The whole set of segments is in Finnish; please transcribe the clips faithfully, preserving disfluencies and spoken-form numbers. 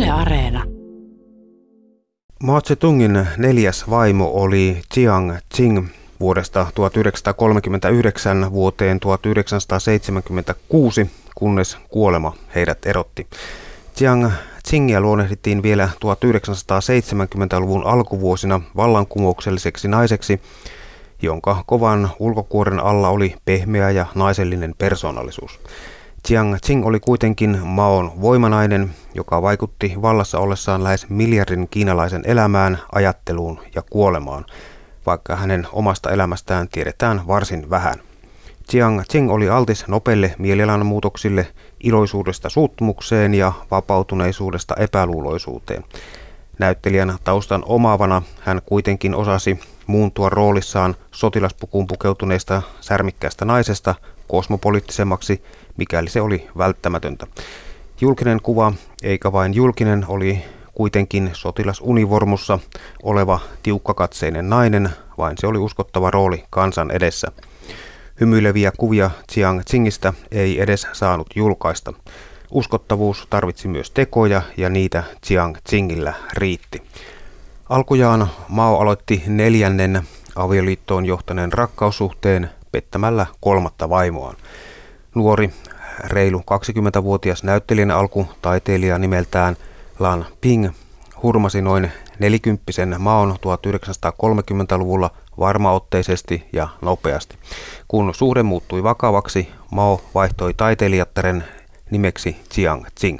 Yle Areena. Mao Tse-tungin neljäs vaimo oli Jiang Qing vuodesta tuhatyhdeksänsataakolmekymmentäyhdeksän vuoteen tuhatyhdeksänsataaseitsemänkymmentäkuusi, kunnes kuolema heidät erotti. Jiang Qingia luonnehdittiin vielä tuhatyhdeksänsataaseitsemänkymmentäluvun alkuvuosina vallankumoukselliseksi naiseksi, jonka kovan ulkokuoren alla oli pehmeä ja naisellinen persoonallisuus. Jiang Qing oli kuitenkin Maon voimanainen, joka vaikutti vallassa ollessaan lähes miljardin kiinalaisen elämään, ajatteluun ja kuolemaan, vaikka hänen omasta elämästään tiedetään varsin vähän. Jiang Qing oli altis nopeille mielialanmuutoksille, iloisuudesta suuttumukseen ja vapautuneisuudesta epäluuloisuuteen. Näyttelijän taustan omaavana hän kuitenkin osasi muuntua roolissaan sotilaspukuun pukeutuneesta särmikkäästä naisesta kosmopoliittisemmaksi, mikäli se oli välttämätöntä. Julkinen kuva, eikä vain julkinen, oli kuitenkin sotilasunivormussa oleva tiukkakatseinen nainen, vain se oli uskottava rooli kansan edessä. Hymyileviä kuvia Jiang Qingistä ei edes saanut julkaista. Uskottavuus tarvitsi myös tekoja, ja niitä Jiang Qingillä riitti. Alkujaan Mao aloitti neljännen avioliittoon johtaneen rakkaussuhteen pettämällä kolmatta vaimoaan. Nuori, reilu kaksikymmentävuotias näyttelijän alkutaiteilija nimeltään Lan Ping hurmasi noin nelikymppisen Maon tuhatyhdeksänsataakolmekymmentäluvulla varmaotteisesti ja nopeasti. Kun suhde muuttui vakavaksi, Mao vaihtoi taiteilijattaren nimeksi Jiang Qing.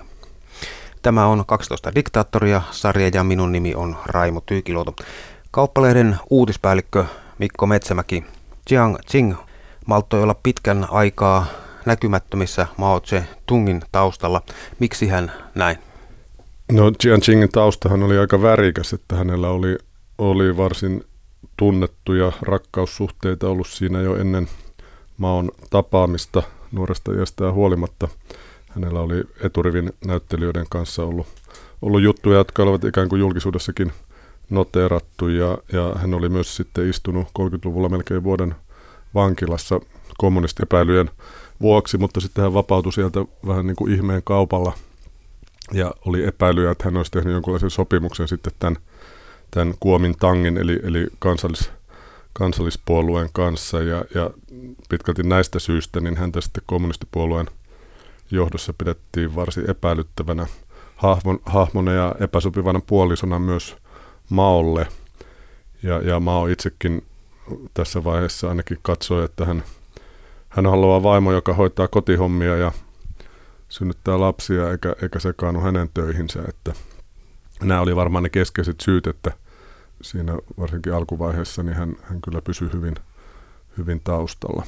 Tämä on kaksitoista diktaattoria -sarja ja minun nimi on Raimo Tyykiluoto. Kauppalehden uutispäällikkö Mikko Metsämäki. Jiang Qing malttoi olla pitkän aikaa näkymättömissä Mao Tse-tungin taustalla. Miksi hän näin? No, Jiang Qingin taustahan oli aika värikäs, että hänellä oli, oli varsin tunnettuja rakkaussuhteita ollut siinä jo ennen Maon tapaamista nuoresta iästään huolimatta. Hänellä oli eturivin näyttelijöiden kanssa ollut, ollut juttuja, jotka olivat ikään kuin julkisuudessakin noteerattu, ja, ja hän oli myös sitten istunut kolmekymmentäluvulla melkein vuoden vankilassa kommunistiepäilyjen vuoksi, mutta sitten hän vapautui sieltä vähän niin kuin ihmeen kaupalla, ja oli epäilyjä, että hän olisi tehnyt jonkinlaisen sopimuksen sitten tämän, tämän Kuomintangin, eli, eli kansallis, kansallispuolueen kanssa, ja, ja pitkälti näistä syistä niin häntä sitten kommunistipuolueen johdossa pidettiin varsin epäilyttävänä hahmon, hahmona ja epäsopivana puolisona myös Maolle. Ja, ja Mao itsekin tässä vaiheessa ainakin katsoi, että hän, hän haluaa vaimo, joka hoitaa kotihommia ja synnyttää lapsia eikä, eikä sekaannu hänen töihinsä. Että nämä oli varmaan ne keskeiset syyt, että siinä varsinkin alkuvaiheessa niin hän, hän kyllä pysyi hyvin, hyvin taustalla.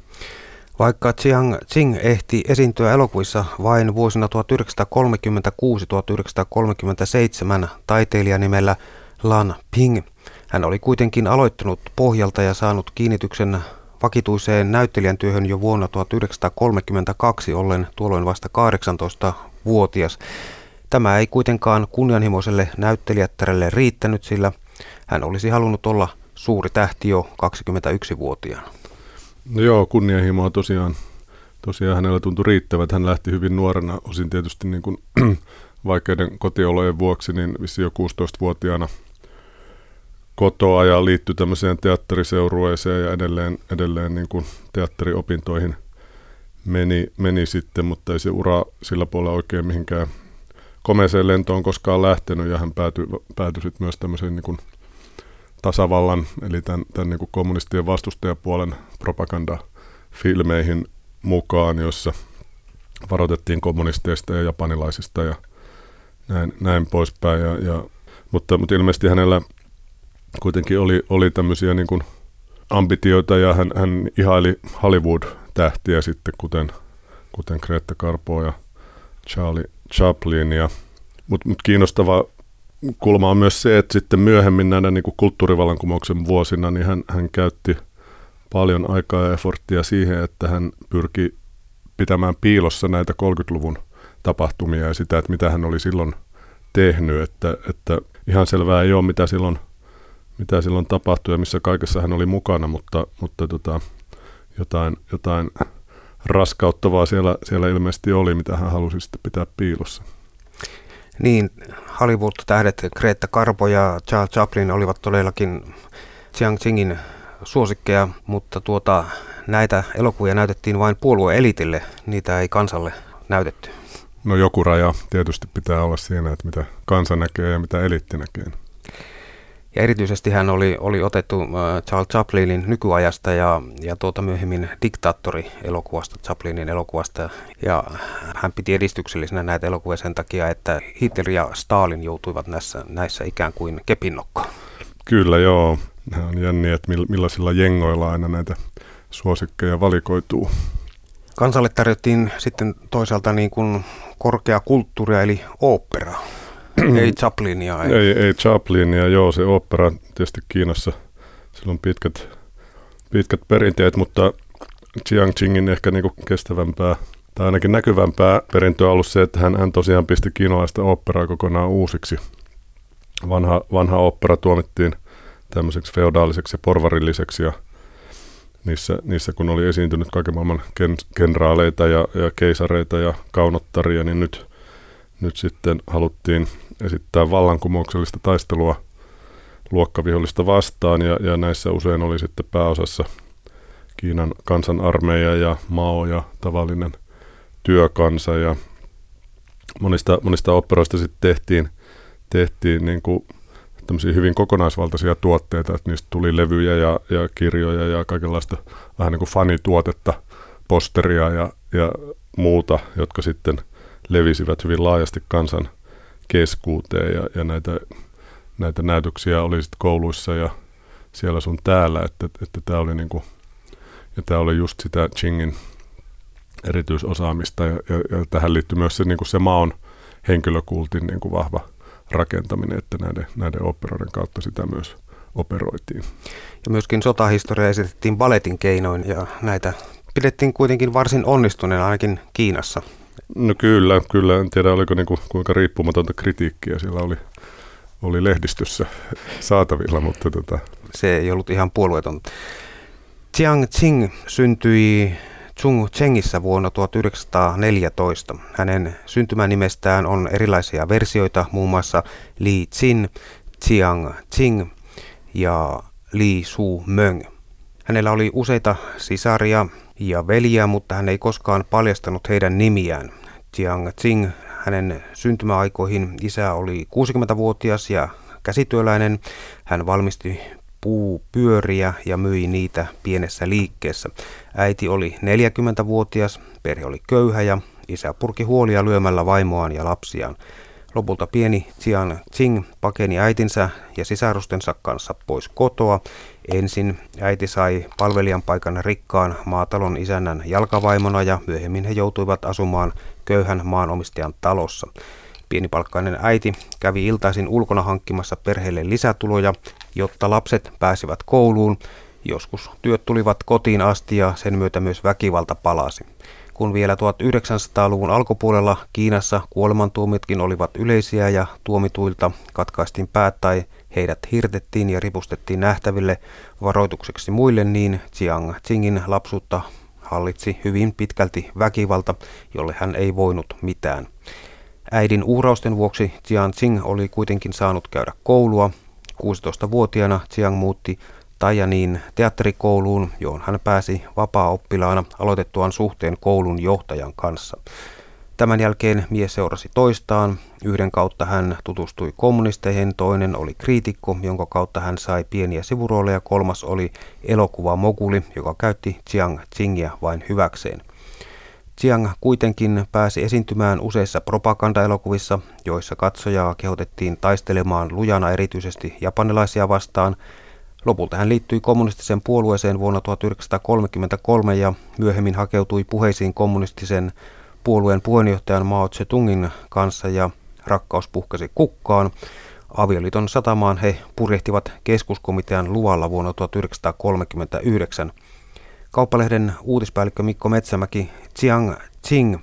Vaikka Jiang Qing ehti esiintyä elokuvissa vain vuosina tuhatyhdeksänsataakolmekymmentäkuusi tuhatyhdeksänsataakolmekymmentäseitsemän taiteilijanimellä Lan Ping, hän oli kuitenkin aloittanut pohjalta ja saanut kiinnityksen vakituiseen näyttelijän työhön jo vuonna tuhatyhdeksänsataakolmekymmentäkaksi ollen tuolloin vasta kahdeksantoistavuotias. Tämä ei kuitenkaan kunnianhimoiselle näyttelijättärelle riittänyt, sillä hän olisi halunnut olla suuri tähti jo kaksikymmentäyksivuotiaana. No joo, kunnianhimoa tosiaan, tosiaan hänellä tuntui riittävät. Hän lähti hyvin nuorena, osin tietysti niin kuin vaikeiden kotiolojen vuoksi, niin vissiin jo kuusitoistavuotiaana kotoa ja liittyi tämmöiseen teatteriseurueeseen ja edelleen, edelleen niin kuin teatteriopintoihin meni, meni sitten, mutta ei se ura sillä puolella oikein mihinkään komeeseen lentoon koskaan lähtenyt, ja hän päätyi, päätyi sitten myös tämmöiseen niin kuin tasavallan, eli tämän, tämän niin kuin kommunistien vastustajapuolen propagandafilmeihin mukaan, joissa varoitettiin kommunisteista ja japanilaisista ja näin, näin poispäin. Ja, ja, mutta, mutta ilmeisesti hänellä kuitenkin oli, oli tämmöisiä niin kuin ambitioita, ja hän, hän ihaili Hollywood-tähtiä sitten, kuten, kuten Greta Garboa ja Charlie Chaplinia. Mutta mut kiinnostava kulma on myös se, että sitten myöhemmin näinä niin kuin kulttuurivallankumouksen vuosina niin hän, hän käytti paljon aikaa ja efforttia siihen, että hän pyrki pitämään piilossa näitä kolmekymmentäluvun tapahtumia ja sitä, että mitä hän oli silloin tehnyt. Että, että ihan selvää ei ole, mitä silloin, mitä silloin tapahtui ja missä kaikessa hän oli mukana, mutta, mutta tota, jotain, jotain raskauttavaa siellä, siellä ilmeisesti oli, mitä hän halusi sitten pitää piilossa. Niin, Hollywood-tähdet Greta Garbo ja Charles Chaplin olivat todellakin Chiang Chingin suosikkeja, mutta tuota, näitä elokuvia näytettiin vain puolueelitille, niitä ei kansalle näytetty. No joku raja tietysti pitää olla siinä, että mitä kansa näkee ja mitä eliitti näkee. Ja erityisesti hän oli, oli otettu Charles Chaplinin nykyajasta ja, ja tuota myöhemmin Diktaattori-elokuvasta, Chaplinin elokuvasta. Ja hän piti edistyksellisenä näitä elokuvia sen takia, että Hitler ja Stalin joutuivat näissä, näissä ikään kuin kepinnokkaan. Kyllä joo. Nämä on jänniä, että millaisilla jengoilla aina näitä suosikkeja valikoituu. Kansalle tarjottiin sitten toisaalta niin kuin korkea kulttuuria eli oopperaa. Ei Chaplinia. Ei, ei, ei Chaplinia, joo, se opera tietysti Kiinassa, sillä on pitkät, pitkät perinteet, mutta Chiang Chingin ehkä niinku kestävämpää tai ainakin näkyvämpää perintöä on ollut se, että hän, hän tosiaan pisti kiinalaista oopperaa kokonaan uusiksi. Vanha, vanha opera tuomittiin tämmöiseksi feodaaliseksi ja porvarilliseksi ja niissä, niissä kun oli esiintynyt kaiken maailman ken, kenraaleita ja, ja keisareita ja kaunottaria, niin nyt Nyt sitten haluttiin esittää vallankumouksellista taistelua luokkavihollista vastaan ja, ja näissä usein oli sitten pääosassa Kiinan kansanarmeija ja Mao ja tavallinen työkansa ja monista, monista operoista sitten tehtiin, tehtiin niin kuin tämmöisiä hyvin kokonaisvaltaisia tuotteita, että niistä tuli levyjä ja, ja kirjoja ja kaikenlaista vähän niin kuin fanituotetta, posteria ja, ja muuta, jotka sitten levisivät hyvin laajasti kansan keskuuteen ja, ja näitä, näitä näytöksiä oli sitten kouluissa ja siellä sun täällä, että, että tämä oli niinku, ja tämä oli just sitä Chingin erityisosaamista ja, ja, ja tähän liittyy myös se, niinku se Maon henkilökultin niinku vahva rakentaminen, että näiden, näiden operoiden kautta sitä myös operoitiin. Ja myöskin sotahistoria esitettiin baletin keinoin ja näitä pidettiin kuitenkin varsin onnistuneena ainakin Kiinassa. No kyllä, kyllä. En tiedä, oliko niin kuin, kuinka riippumatonta kritiikkiä siellä oli, oli lehdistössä saatavilla, mutta tota. Se ei ollut ihan puolueeton. Chiang Ching syntyi Chungchengissa vuonna tuhatyhdeksänsataaneljätoista. Hänen syntymänimestään on erilaisia versioita, muun muassa Li Chin, Chiang Ching ja Li Su Meng. Hänellä oli useita sisaria ja veljiä, mutta hän ei koskaan paljastanut heidän nimiään. Chiang Ching, hänen syntymäaikoihin isä oli kuusikymmentävuotias ja käsityöläinen. Hän valmisti puupyöriä ja myi niitä pienessä liikkeessä. Äiti oli neljäkymmentävuotias, perhe oli köyhä ja isä purki huolia lyömällä vaimoaan ja lapsiaan. Lopulta pieni Chiang Ching pakeni äitinsä ja sisarustensa kanssa pois kotoa. Ensin äiti sai palvelijan paikan rikkaan maatalon isännän jalkavaimona ja myöhemmin he joutuivat asumaan köyhän maanomistajan talossa. Pienipalkkainen äiti kävi iltaisin ulkona hankkimassa perheelle lisätuloja, jotta lapset pääsivät kouluun. Joskus työt tulivat kotiin asti ja sen myötä myös väkivalta palasi. Kun vielä tuhatyhdeksänsataaluvun alkupuolella Kiinassa kuolemantuomitkin olivat yleisiä ja tuomituilta katkaistiin päät tai heidät hirtettiin ja ripustettiin nähtäville varoitukseksi muille, niin Chiang Chingin lapsuutta hallitsi hyvin pitkälti väkivalta, jolle hän ei voinut mitään. Äidin uhrausten vuoksi Chiang Ching oli kuitenkin saanut käydä koulua. kuusitoistavuotiaana Chiang muutti Taiyaniin teatterikouluun, johon hän pääsi vapaa-oppilaana aloitettuaan suhteen koulun johtajan kanssa. Tämän jälkeen mies seurasi toistaan. Yhden kautta hän tutustui kommunisteihin, toinen oli kriitikko, jonka kautta hän sai pieniä sivurooleja, kolmas oli elokuvamoguli, joka käytti Chiang Chingia vain hyväkseen. Chiang kuitenkin pääsi esiintymään useissa propagandaelokuvissa, joissa katsojaa kehotettiin taistelemaan lujana erityisesti japanilaisia vastaan. Lopulta hän liittyi kommunistiseen puolueeseen vuonna tuhatyhdeksänsataakolmekymmentäkolme ja myöhemmin hakeutui puheisiin kommunistisen puolueen puheenjohtajan Mao Tse-tungin kanssa ja rakkaus puhkesi kukkaan. Avioliiton satamaan he purjehtivat keskuskomitean luvalla vuonna tuhatyhdeksänsataakolmekymmentäyhdeksän. Kauppalehden uutispäällikkö Mikko Metsämäki, Chiang Ching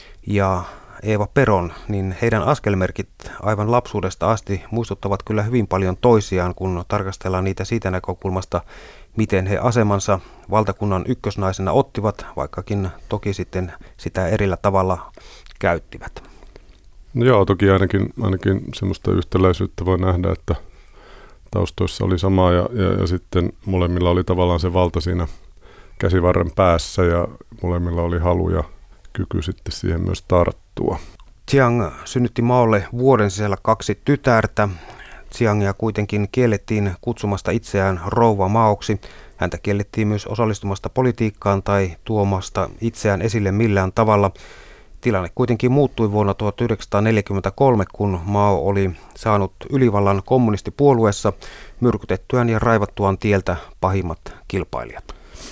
ja Eeva Peron, niin heidän askelmerkit aivan lapsuudesta asti muistuttavat kyllä hyvin paljon toisiaan, kun tarkastellaan niitä siitä näkökulmasta, miten he asemansa valtakunnan ykkösnaisena ottivat, vaikkakin toki sitten sitä erillä tavalla käyttivät. No joo, toki ainakin, ainakin semmoista yhtäläisyyttä voi nähdä, että taustoissa oli sama ja, ja, ja sitten molemmilla oli tavallaan se valta siinä käsivarren päässä ja molemmilla oli halu ja kyky sitten siihen myös tarttua. Chiang synnytti Maolle vuoden sisällä kaksi tytärtä. Chiangia kuitenkin kiellettiin kutsumasta itseään rouva Maoksi. Häntä kiellettiin myös osallistumasta politiikkaan tai tuomasta itseään esille millään tavalla. Tilanne kuitenkin muuttui vuonna tuhatyhdeksänsataaneljäkymmentäkolme, kun Mao oli saanut ylivallan kommunistipuolueessa myrkytettyään ja raivattuaan tieltä pahimmat kilpailijat.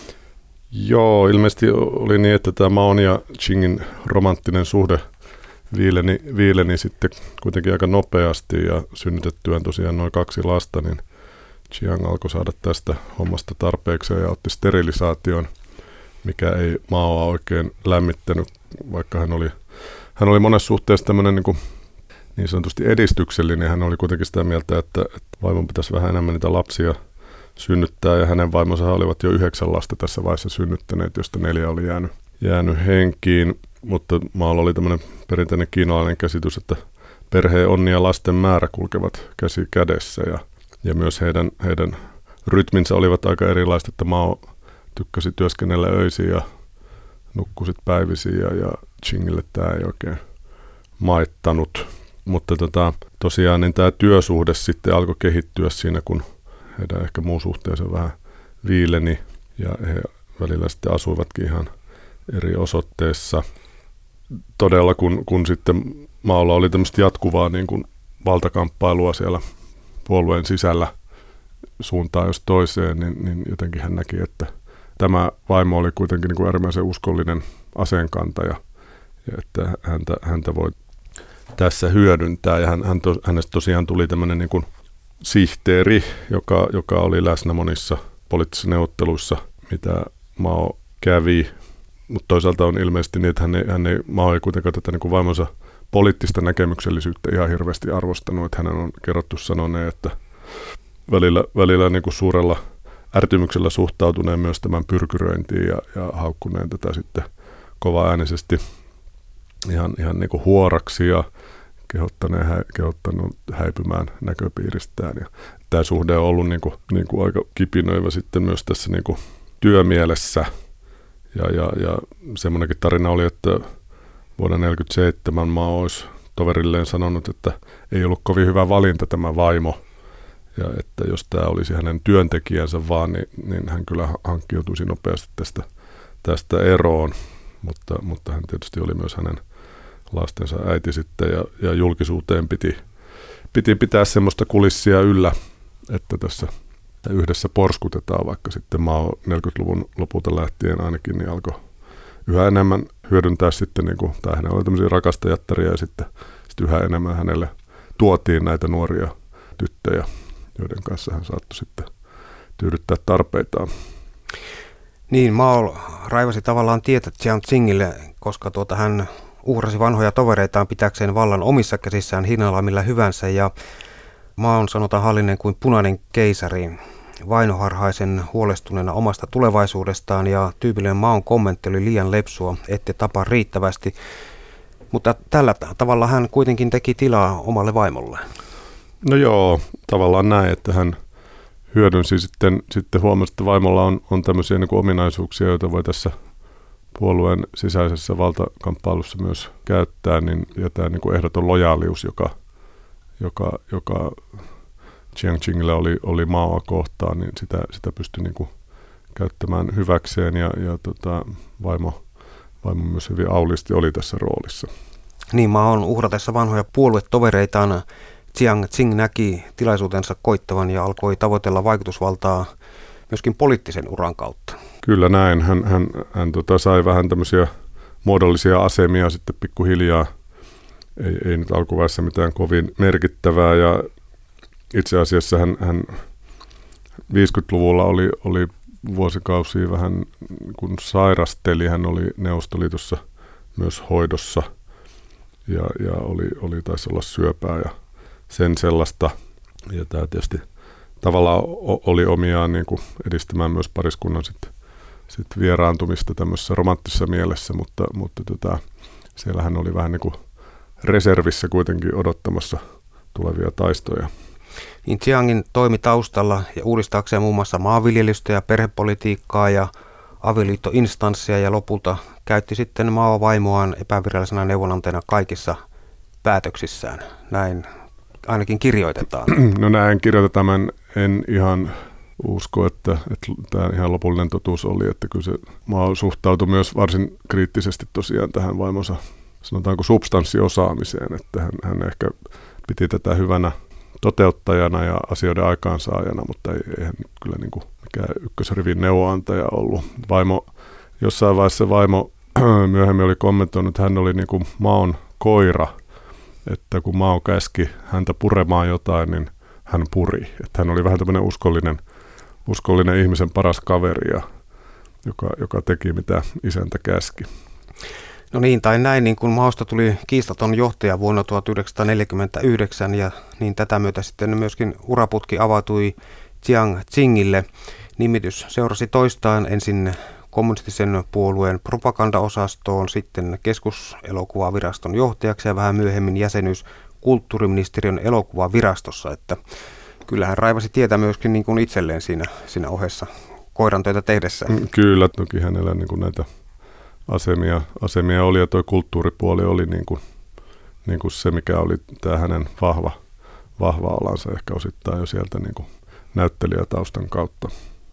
Joo, ilmeisesti oli niin, että tämä Maon ja Qingin romanttinen suhde viileni, viileni sitten kuitenkin aika nopeasti ja synnytettyään tosiaan noin kaksi lasta, niin Chiang alkoi saada tästä hommasta tarpeeksi ja otti sterilisaation, mikä ei Maoa oikein lämmittänyt, vaikka hän oli, hän oli monessa suhteessa tämmöinen niin, kuin niin sanotusti edistyksellinen. Hän oli kuitenkin sitä mieltä, että, että vaimon pitäisi vähän enemmän niitä lapsia synnyttää ja hänen vaimonsa olivat jo yhdeksän lasta tässä vaiheessa synnyttäneet, josta neljä oli jäänyt, jäänyt henkiin. Mutta Maolla oli tämmöinen perinteinen kiinalainen käsitys, että perheen onni ja lasten määrä kulkevat käsi kädessä ja, ja myös heidän, heidän rytminsä olivat aika erilaiset, että Mao tykkäsi työskennellä öisiin ja nukkui sit päivisiin ja, ja Qingille tämä ei oikein maittanut. Mutta tota, tosiaan niin tämä työsuhde sitten alkoi kehittyä siinä, kun heidän ehkä muu suhteensa vähän viileni ja he välillä sitten asuivatkin ihan eri osoitteissa. Todella kun, kun sitten Maolla oli tämmöistä jatkuvaa niin kuin valtakamppailua siellä puolueen sisällä suuntaan jos toiseen, niin, niin jotenkin hän näki, että tämä vaimo oli kuitenkin niin kuin äärimmäisen uskollinen aseenkantaja ja että häntä, häntä voi tässä hyödyntää. Ja hän, hän to, hänestä tosiaan tuli tämmöinen niin kuin sihteeri, joka, joka oli läsnä monissa poliittisissa neuvotteluissa, mitä Mao kävi. Mutta toisaalta on ilmeisesti niin, että hän ei, hän ei, Mao ei kuitenkaan tätä niin kuin vaimonsa poliittista näkemyksellisyyttä ihan hirveästi arvostanut. Että hänen on kerrottu sanoneen, että välillä, välillä niin kuin suurella ärtymyksellä suhtautuneen myös tämän pyrkyröintiin ja, ja haukkuneen tätä sitten kova-äänisesti ihan, ihan niin kuin huoraksi ja kehottaneen, hä, kehottanut häipymään näköpiiristään. Ja tämä suhde on ollut niin kuin, niin kuin aika kipinöivä sitten myös tässä niin kuin työmielessä. Ja, ja, ja semmoinenkin tarina oli, että vuonna tuhatyhdeksänsataaneljäkymmentäseitsemän Mao olisi toverilleen sanonut, että ei ollut kovin hyvä valinta tämä vaimo. Ja että jos tämä olisi hänen työntekijänsä vaan, niin, niin hän kyllä hankkiutuisi nopeasti tästä, tästä eroon. Mutta, mutta hän tietysti oli myös hänen lastensa äiti sitten ja, ja julkisuuteen piti, piti pitää semmoista kulissia yllä, että tässä yhdessä porskutetaan, vaikka sitten Mao neljäkymmentäluvun lopulta lähtien ainakin niin alkoi yhä enemmän hyödyntää sitten, niin kuin, tai hänellä oli tämmöisiä rakastajattaria ja sitten, sitten yhä enemmän hänelle tuotiin näitä nuoria tyttöjä, joiden kanssa hän saattoi sitten tyydyttää tarpeitaan. Niin, Mao raivasi tavallaan tietä Jiang Qingille, koska tuota, hän uhrasi vanhoja tovereitaan pitääkseen vallan omissa käsissään hinnalla millä hyvänsä, ja Maon sanotaan hallinneen kuin punainen keisari, vainoharhaisen huolestuneena omasta tulevaisuudestaan, ja tyypillinen Maon kommentti oli liian lepsua, ette tapa riittävästi, mutta tällä tavalla hän kuitenkin teki tilaa omalle vaimolleen. No joo, tavallaan näin, että hän hyödynsi sitten, sitten huomasi, että vaimolla on, on tämmöisiä niin kuin ominaisuuksia, joita voi tässä puolueen sisäisessä valtakamppailussa myös käyttää, niin, ja tämä niin kuin ehdoton lojaalius, joka, joka, joka Jiang Qingillä oli, oli Maoa kohtaan, niin sitä, sitä pystyi niin kuin käyttämään hyväkseen, ja, ja tota, vaimo, vaimo myös hyvin auliisti oli tässä roolissa. Niin, Maon uhratessa vanhoja puoluetovereitaan Jiang Qing näki tilaisuutensa koittavan ja alkoi tavoitella vaikutusvaltaa myöskin poliittisen uran kautta. Kyllä näin. Hän, hän, hän tota, sai vähän tämmöisiä muodollisia asemia sitten pikkuhiljaa. Ei, ei nyt alkuvaiheessa mitään kovin merkittävää. Ja itse asiassa hän, hän viisikymmentäluvulla oli, oli vuosikausia vähän kun sairasteli. Hän oli Neuvostoliitossa myös hoidossa ja, ja oli, oli taisi olla syöpää ja sen sellaista. Ja tämä tietysti tavallaan oli omiaan niin kuin edistämään myös pariskunnan sit, sit vieraantumista tämmöisessä romanttisessa mielessä, mutta, mutta tota, siellä hän oli vähän niin kuin reservissä kuitenkin odottamassa tulevia taistoja. Niin Chiangin toimi taustalla ja uudistaakseen muun muassa maanviljelystä ja perhepolitiikkaa ja avioliittoinstanssia ja lopulta käytti sitten Mao vaimoaan epävirallisena neuvonantajana kaikissa päätöksissään. Näin ainakin kirjoitetaan. No näin kirjoitetaan. Mä en, en ihan usko, että, että tämä ihan lopullinen totuus oli, että kyllä se Mao suhtautui myös varsin kriittisesti tosiaan tähän vaimonsa, sanotaanko substanssiosaamiseen, että hän, hän ehkä piti tätä hyvänä toteuttajana ja asioiden aikaansaajana, mutta ei, eihän kyllä niin kuin mikään ykkösrivin neuvoantaja ollut. Vaimo, jossain vaiheessa vaimo myöhemmin oli kommentoinut, että hän oli niin kuin Maon koira, että kun Mao käski häntä puremaan jotain, niin hän puri. Että hän oli vähän tämmöinen uskollinen, uskollinen ihmisen paras kaveri, ja, joka, joka teki mitä isäntä käski. No niin tai näin, niin kun Maosta tuli kiistaton johtaja vuonna tuhatyhdeksänsataaneljäkymmentäyhdeksän ja niin tätä myötä sitten myöskin uraputki avautui Jiang Qingille. Nimitys seurasi toistaan ensin kommunistisen puolueen propagandaosastoon, sitten keskuselokuvaviraston johtajaksi ja vähän myöhemmin jäsenyys kulttuuriministeriön elokuvavirastossa, että kyllähän raivasi tietä myöskin niin kuin itselleen siinä, siinä ohessa koiran töitä tehdessä. Kyllä, toki hänellä niin kuin näitä asemia, asemia oli ja tuo kulttuuripuoli oli niin kuin, niin kuin se, mikä oli tämä hänen vahva, vahva alansa ehkä osittain jo sieltä niin kuin näyttelijätaustan kautta.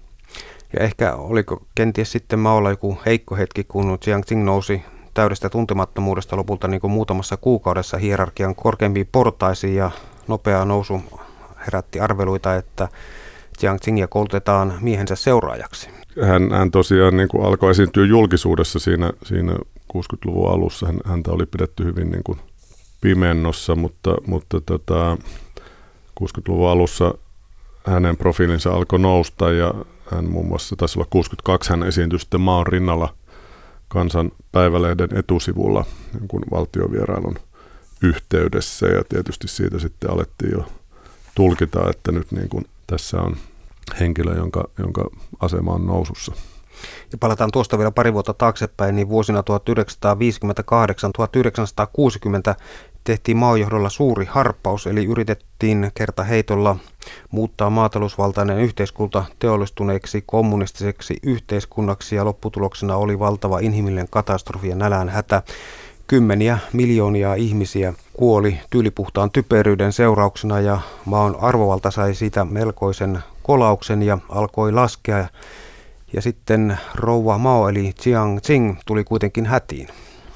Ja ehkä oliko kenties sitten Maolla joku heikko hetki, kun Jiang Qing nousi täydestä tuntemattomuudesta lopulta niin kuin muutamassa kuukaudessa hierarkian korkeampiin portaisiin ja nopea nousu herätti arveluita, että Jiang Qingia koulutetaan miehensä seuraajaksi. Hän, hän tosiaan niin kuin alkoi esiintyä julkisuudessa siinä, siinä kuusikymmentäluvun alussa. Hän, häntä oli pidetty hyvin niin kuin pimennossa, mutta, mutta tota, kuusikymmentäluvun alussa hänen profiilinsa alkoi nousta ja hän muun muassa taisi olla kuusikymmentäkaksi, hän esiintyi sitten Maon rinnalla Kansan päivälehden etusivulla jonkun valtiovierailun yhteydessä ja tietysti siitä sitten alettiin jo tulkita, että nyt niin kuin tässä on henkilö, jonka, jonka asema on nousussa. Ja palataan tuosta vielä pari vuotta taaksepäin, niin vuosina tuhatyhdeksänsataaviisikymmentäkahdeksan tuhatyhdeksänsataakuusikymmentä tehtiin Maon johdolla suuri harppaus, eli yritettiin kertaheitolla muuttaa maatalousvaltainen yhteiskunta teollistuneeksi kommunistiseksi yhteiskunnaksi, ja lopputuloksena oli valtava inhimillinen katastrofi ja nälänhätä. Kymmeniä miljoonia ihmisiä kuoli tyylipuhtaan typeryyden seurauksena, ja Maon arvovalta sai siitä melkoisen kolauksen ja alkoi laskea. Ja sitten rouva Mao eli Jiang Qing tuli kuitenkin hätiin.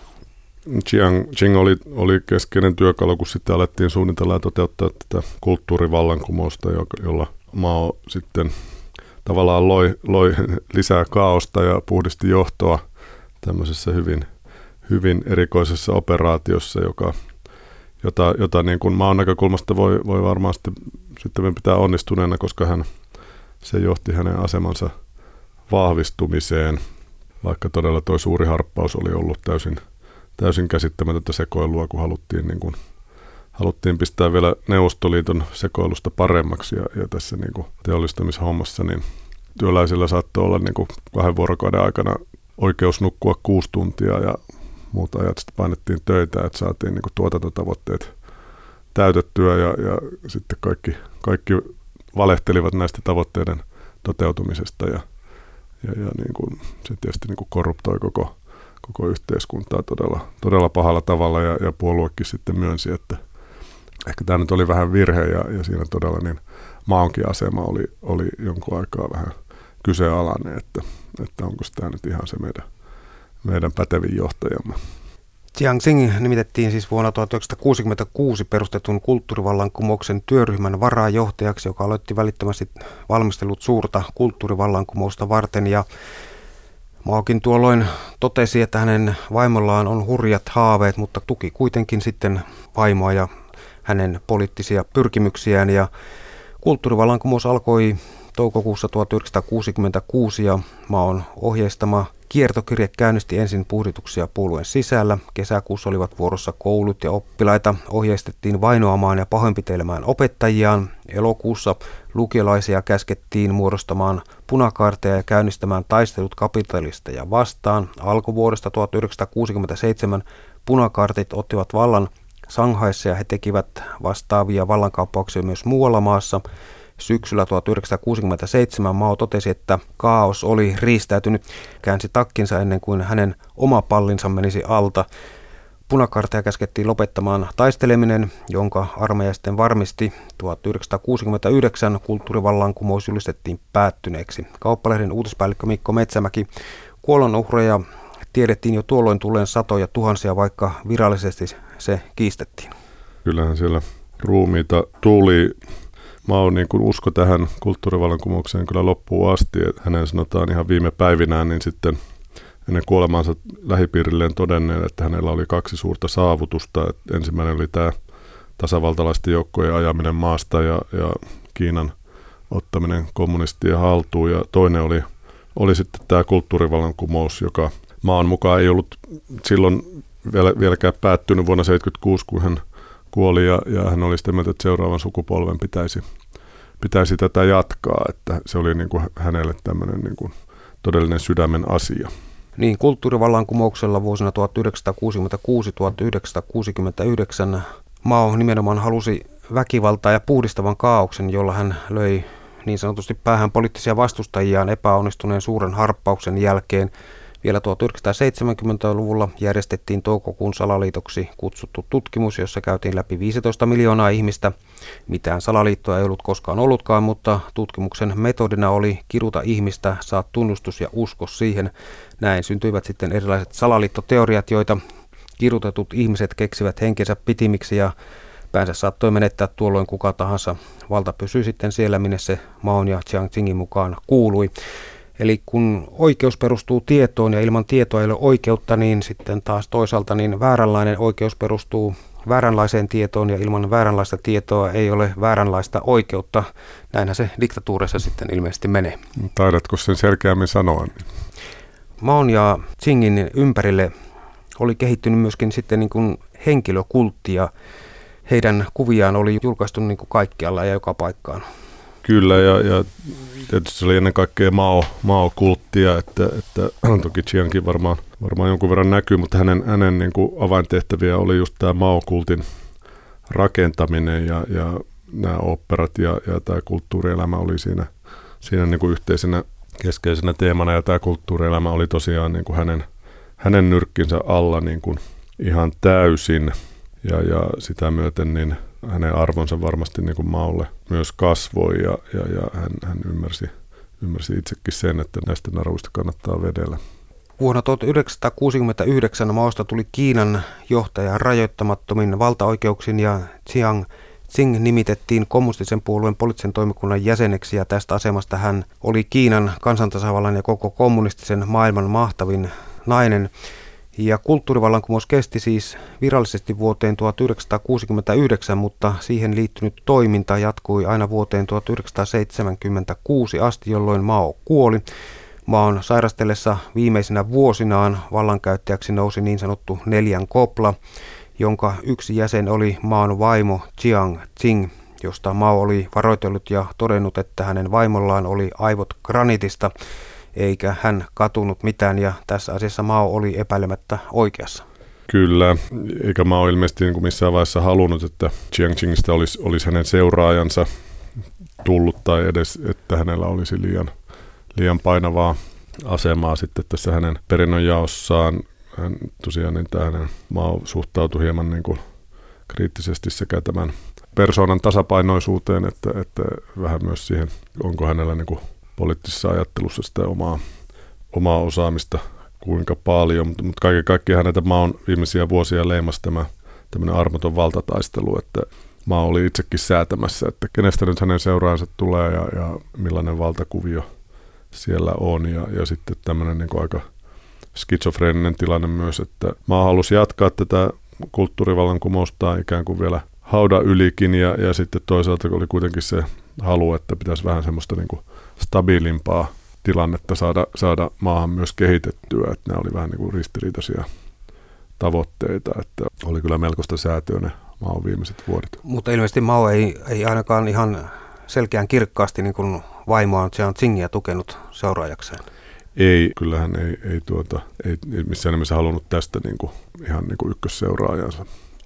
Jiang Qing oli, oli keskeinen työkalu, kun sitten alettiin suunnitella ja toteuttaa tätä kulttuurivallankumousta, jolla Mao sitten tavallaan loi, loi lisää kaaosta ja puhdisti johtoa tämmöisessä hyvin, hyvin erikoisessa operaatiossa, joka, jota, jota niin kuin Maon näkökulmasta voi, voi varmasti sitten pitää onnistuneena, koska hän, se johti hänen asemansa vahvistumiseen, vaikka todella tuo suuri harppaus oli ollut täysin, täysin käsittämätöntä sekoilua, kun haluttiin, niin kuin, haluttiin pistää vielä Neuvostoliiton sekoilusta paremmaksi. Ja, ja tässä niin kuin teollistamishommassa niin työläisillä saattoi olla niin kuin kahden vuorokauden aikana oikeus nukkua kuusi tuntia ja muut ajat sitten painettiin töitä, että saatiin niin kuin tuotantotavoitteet täytettyä ja, ja sitten kaikki, kaikki valehtelivat näistä tavoitteiden toteutumisesta ja Ja, ja niin kuin, se tietysti niin kuin korruptoi koko, koko yhteiskuntaa todella, todella pahalla tavalla ja, ja puoluekin sitten myönsi, että ehkä tämä nyt oli vähän virhe ja, ja siinä todella niin Maonkin asema oli, oli jonkun aikaa vähän kyseenalainen, että, että onko tämä nyt ihan se meidän, meidän pätevin johtajamme. Jiang Qing nimitettiin siis vuonna tuhatyhdeksänsataakuusikymmentäkuusi perustetun kulttuurivallankumouksen työryhmän varajohtajaksi, joka aloitti välittömästi valmistelut suurta kulttuurivallankumousta varten. Ja Maokin tuolloin totesi, että hänen vaimollaan on hurjat haaveet, mutta tuki kuitenkin sitten vaimoa ja hänen poliittisia pyrkimyksiään. Ja kulttuurivallankumous alkoi toukokuussa tuhatyhdeksänsataakuusikymmentäkuusi ja Maon ohjeistama kiertokirje käynnisti ensin puhdituksia puolueen sisällä. Kesäkuussa olivat vuorossa koulut ja oppilaita ohjeistettiin vainoamaan ja pahoinpitelemään opettajiaan. Elokuussa lukiolaisia käskettiin muodostamaan punakaarteja ja käynnistämään taistelut kapitalisteja vastaan. Alkuvuodesta tuhatyhdeksänsataakuusikymmentäseitsemän punakaartit ottivat vallan Shanghaissa ja he tekivät vastaavia vallankaappauksia myös muualla maassa. Syksyllä tuhatyhdeksänsataakuusikymmentäseitsemän Mao totesi, että kaos oli riistäytynyt, käänsi takkinsa ennen kuin hänen oma pallinsa menisi alta. Punakartteja käskettiin lopettamaan taisteleminen, jonka armeija sitten varmisti. tuhatyhdeksänsataakuusikymmentäyhdeksän kulttuurivallankumous julistettiin päättyneeksi. Kauppalehden uutispäällikkö Mikko Metsämäki, kuolonuhreja tiedettiin jo tuolloin tulleen satoja tuhansia, vaikka virallisesti se kiistettiin. Kyllähän siellä ruumiita tuli. Mao niin kuin usko tähän kulttuurivallankumoukseen kyllä loppuun asti. Että hänen sanotaan ihan viime päivinään, niin sitten ennen kuolemaansa lähipiirilleen todenneen, että hänellä oli kaksi suurta saavutusta. Että ensimmäinen oli tämä tasavaltalaisten joukkojen ajaminen maasta ja, ja Kiinan ottaminen kommunistien haltuun. Ja toinen oli, oli sitten tämä kulttuurivallankumous, joka Maon mukaan ei ollut silloin vielä, vieläkään päättynyt vuonna tuhatyhdeksänsataaseitsemänkymmentäkuusi, kun hän kuoli ja, ja hän oli sitä mieltä, että seuraavan sukupolven pitäisi, pitäisi tätä jatkaa, että se oli niin kuin hänelle tämmöinen niin kuin todellinen sydämen asia. Niin, kulttuurivallankumouksella vuosina tuhatyhdeksänsataakuusikymmentäkuusi tuhatyhdeksänsataakuusikymmentäyhdeksän Mao nimenomaan halusi väkivaltaa ja puhdistavan kaaoksen, jolla hän löi niin sanotusti päähän poliittisia vastustajiaan epäonnistuneen suuren harppauksen jälkeen. Vielä tuhatyhdeksänsataaseitsemänkymmentäluvulla järjestettiin toukokuun salaliitoksi kutsuttu tutkimus, jossa käytiin läpi viisitoista miljoonaa ihmistä. Mitään salaliittoa ei ollut koskaan ollutkaan, mutta tutkimuksen metodina oli kiruta ihmistä, saa tunnustus ja usko siihen. Näin syntyivät sitten erilaiset salaliittoteoriat, joita kirutetut ihmiset keksivät henkensä pitimiksi ja päänsä saattoi menettää tuolloin kuka tahansa. Valta pysyi sitten siellä, minne se Maon ja Jiang Zemin mukaan kuului. Eli kun oikeus perustuu tietoon ja ilman tietoa ei ole oikeutta, niin sitten taas toisaalta niin vääränlainen oikeus perustuu vääränlaiseen tietoon ja ilman vääränlaista tietoa ei ole vääränlaista oikeutta. Näinhän se diktatuurissa sitten ilmeisesti menee. Taidatko sen selkeämmin sanoa? Maon ja Zingin ympärille oli kehittynyt myöskin sitten niin kuin henkilökultti ja heidän kuviaan oli julkaistu niin kuin kaikkialla ja joka paikkaan. Kyllä, ja, ja tietysti se oli ennen kaikkea Mao, Mao-kulttia, että, että toki Chiangkin varmaan, varmaan jonkun verran näkyy, mutta hänen, hänen niin kuin avaintehtäviä oli just tämä Mao-kultin rakentaminen ja, ja nämä oopperat ja, ja tämä kulttuurielämä oli siinä, siinä niin kuin yhteisenä keskeisenä teemana, ja tämä kulttuurielämä oli tosiaan niin kuin hänen, hänen nyrkkinsä alla niin kuin ihan täysin, ja, ja sitä myöten niin hänen arvonsa varmasti niin kuin Maolle myös kasvoi ja, ja, ja hän, hän ymmärsi, ymmärsi itsekin sen, että näistä naruista kannattaa vedellä. Vuonna tuhatyhdeksänsataakuusikymmentäyhdeksän Maosta tuli Kiinan johtaja rajoittamattomin valtaoikeuksin ja Jiang Zemin nimitettiin kommunistisen puolueen poliittisen toimikunnan jäseneksi ja tästä asemasta hän oli Kiinan kansantasavallan ja koko kommunistisen maailman mahtavin nainen. Ja kulttuurivallankumous kesti siis virallisesti vuoteen tuhatyhdeksänsataakuusikymmentäyhdeksän, mutta siihen liittynyt toiminta jatkui aina vuoteen tuhatyhdeksänsataaseitsemänkymmentäkuusi asti, jolloin Mao kuoli. Maon sairastellessa viimeisinä vuosinaan vallankäyttäjäksi nousi niin sanottu neljän kopla, jonka yksi jäsen oli Maon vaimo Jiang Zing, josta Mao oli varoitellut ja todennut, että hänen vaimollaan oli aivot granitista, eikä hän katunut mitään, ja tässä asiassa Mao oli epäilemättä oikeassa. Kyllä, eikä Mao ilmeisesti niin kuin missään vaiheessa halunnut, että Jiang Zingistä olisi, olisi hänen seuraajansa tullut, tai edes, että hänellä olisi liian, liian painavaa asemaa sitten tässä hänen perinnönjaossaan. Hän tosiaan niin tähän Mao suhtautui hieman niin kuin kriittisesti sekä tämän persoonan tasapainoisuuteen, että, että vähän myös siihen, onko hänellä niin kuin poliittisessa ajattelussa sitä omaa, omaa osaamista kuinka paljon, mutta, mutta kaiken kaikkiaan näitä Maon viimeisiä vuosia leimasi tämä tämmöinen armoton valtataistelu, että Mao oli itsekin säätämässä, että kenestä nyt hänen seuraansa tulee ja, ja millainen valtakuvio siellä on, ja, ja sitten tämmöinen niin kuin aika skitsofreeninen tilanne myös, että Mao halusi jatkaa tätä kulttuurivallankumousta ikään kuin vielä haudan ylikin, ja, ja sitten toisaalta oli kuitenkin se halu, että pitäisi vähän semmoista niin kuin stabiilimpaa tilannetta saada, saada maahan myös kehitettyä, että nämä oli vähän niin kuin ristiriitaisia tavoitteita, että oli kyllä melkoista säätöä ne Maon viimeiset vuodet. Mutta ilmeisesti Mao ei, ei ainakaan ihan selkeän kirkkaasti niin kuin vaimoaan Jiang Zingia tukenut seuraajakseen. Ei, kyllähän ei, ei, tuota, ei, ei missään nimessä halunnut tästä niin kuin, ihan niin kuin ykkösseuraajansa.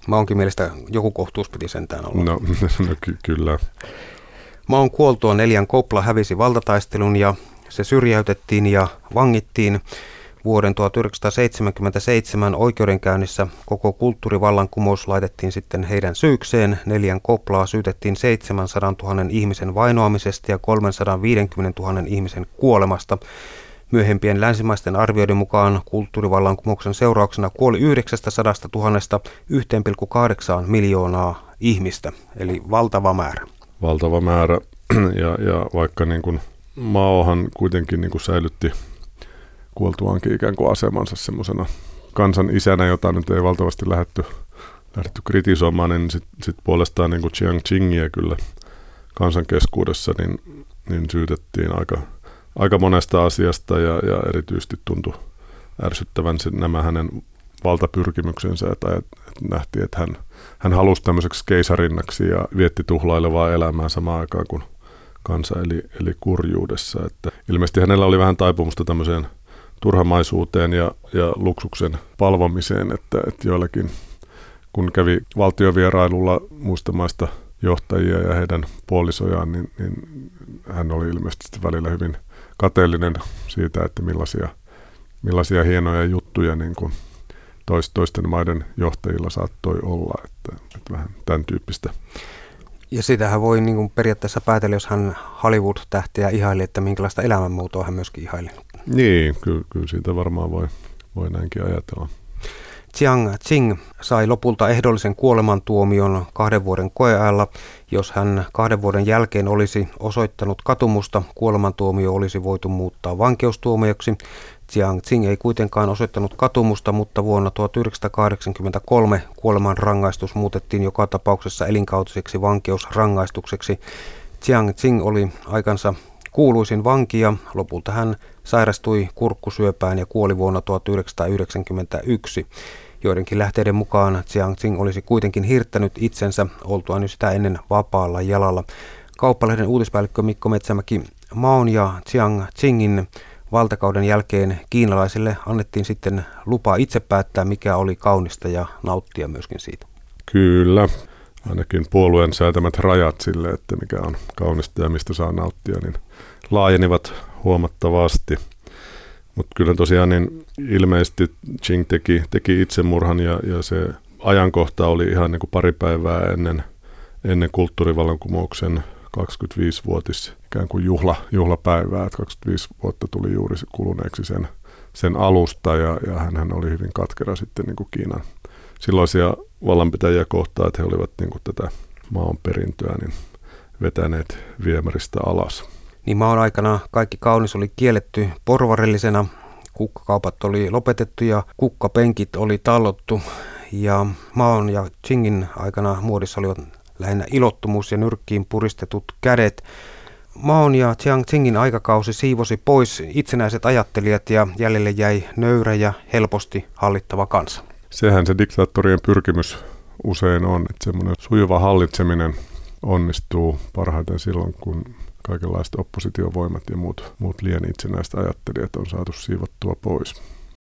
Maonkin mielestä joku kohtuus piti sentään olla. No, no ky- kyllä. Maon kuoltua Neljän Kopla hävisi valtataistelun ja se syrjäytettiin ja vangittiin. Vuoden tuhatyhdeksänsataaseitsemänkymmentäseitsemän oikeudenkäynnissä koko kulttuurivallankumous laitettiin sitten heidän syykseen. Neljän Koplaa syytettiin seitsemänsadantuhannen ihmisen vainoamisesta ja kolmesataaviisikymmentätuhatta ihmisen kuolemasta. Myöhempien länsimaisten arvioiden mukaan kulttuurivallankumouksen seurauksena kuoli yhdeksänsataatuhatta yksi pilkku kahdeksan miljoonaa ihmistä, eli valtava määrä. Valtava määrä, ja, ja vaikka niin kuin Maohan kuitenkin niin kuin säilytti kuoltuaankin ikään kuin asemansa semmoisena kansan isänä, jota nyt ei valtavasti lähdetty, lähdetty kritisoimaan, niin sitten sit puolestaan niin kuin Jiang Qingia kyllä kansan keskuudessa niin, niin syytettiin aika, aika monesta asiasta ja, ja erityisesti tuntui ärsyttävän sen, nämä hänen valtapyrkimyksensä, että, että nähtiin, että hän, hän halusi tämmöiseksi keisarinnaksi ja vietti tuhlailevaa elämää samaan aikaan kuin kansa eli, eli kurjuudessa. Että ilmeisesti hänellä oli vähän taipumusta tämmöiseen turhamaisuuteen ja, ja luksuksen palvomiseen, että, että joillakin, kun kävi valtiovierailulla muista maista johtajia ja heidän puolisojaan, niin, niin hän oli ilmeisesti välillä hyvin kateellinen siitä, että millaisia, millaisia hienoja juttuja niin kuin toisten maiden johtajilla saattoi olla, että, että vähän tämän tyyppistä. Ja sitähän voi niin kuin periaatteessa päätellä, jos hän Hollywood-tähtiä ihaili, että minkälaista elämänmuotoa hän myöskin ihaili. Niin, kyllä, kyllä siitä varmaan voi, voi näinkin ajatella. Jiang Qing sai lopulta ehdollisen kuolemantuomion kahden vuoden koeajalla. Jos hän kahden vuoden jälkeen olisi osoittanut katumusta, kuolemantuomio olisi voitu muuttaa vankeustuomioksi. Jiang Qing ei kuitenkaan osoittanut katumusta, mutta vuonna tuhatyhdeksänsataakahdeksankymmentäkolme kuolemanrangaistus muutettiin joka tapauksessa elinkautiseksi vankeusrangaistukseksi. Jiang Qing oli aikansa kuuluisin vanki ja lopulta hän sairastui kurkkusyöpään ja kuoli vuonna tuhatyhdeksänsataayhdeksänkymmentäyksi. Joidenkin lähteiden mukaan Jiang Qing olisi kuitenkin hirttänyt itsensä oltuaan jo sitä ennen vapaalla jalalla. Kauppalehden uutispäällikkö Mikko Metsämäki, Maon ja Jiang Qingin valtakauden jälkeen kiinalaisille annettiin sitten lupa itse päättää, mikä oli kaunista ja nauttia myöskin siitä. Kyllä, ainakin puolueen säätämät rajat sille, että mikä on kaunista ja mistä saa nauttia, niin laajenivat huomattavasti. Mutta kyllä tosiaan niin ilmeisesti Qing teki, teki itsemurhan ja, ja se ajankohta oli ihan niin kuin pari päivää ennen, ennen kulttuurivallankumouksen kaksikymmentäviisivuotis ikään kuin juhla, juhlapäivää, että kaksikymmentäviisi vuotta tuli juuri kuluneeksi sen, sen alusta ja, ja hän oli hyvin katkera sitten niin kuin Kiinan silloisia vallanpitäjiä kohtaan, että he olivat niin kuin tätä Maon perintöä niin vetäneet viemäristä alas. Niin Maon aikana kaikki kaunis oli kielletty porvarillisena, kukkakaupat oli lopetettu ja kukkapenkit oli tallottu ja Maon ja Qingin aikana muodissa olivat lähinnä ilottomuus ja nyrkkiin puristetut kädet. Maon ja Jiang Qingin aikakausi siivosi pois itsenäiset ajattelijat ja jäljelle jäi nöyrä ja helposti hallittava kansa. Sehän se diktaattorien pyrkimys usein on, että semmoinen sujuva hallitseminen onnistuu parhaiten silloin, kun kaikenlaiset oppositiovoimat ja muut, muut liian itsenäiset ajattelijat on saatu siivottua pois.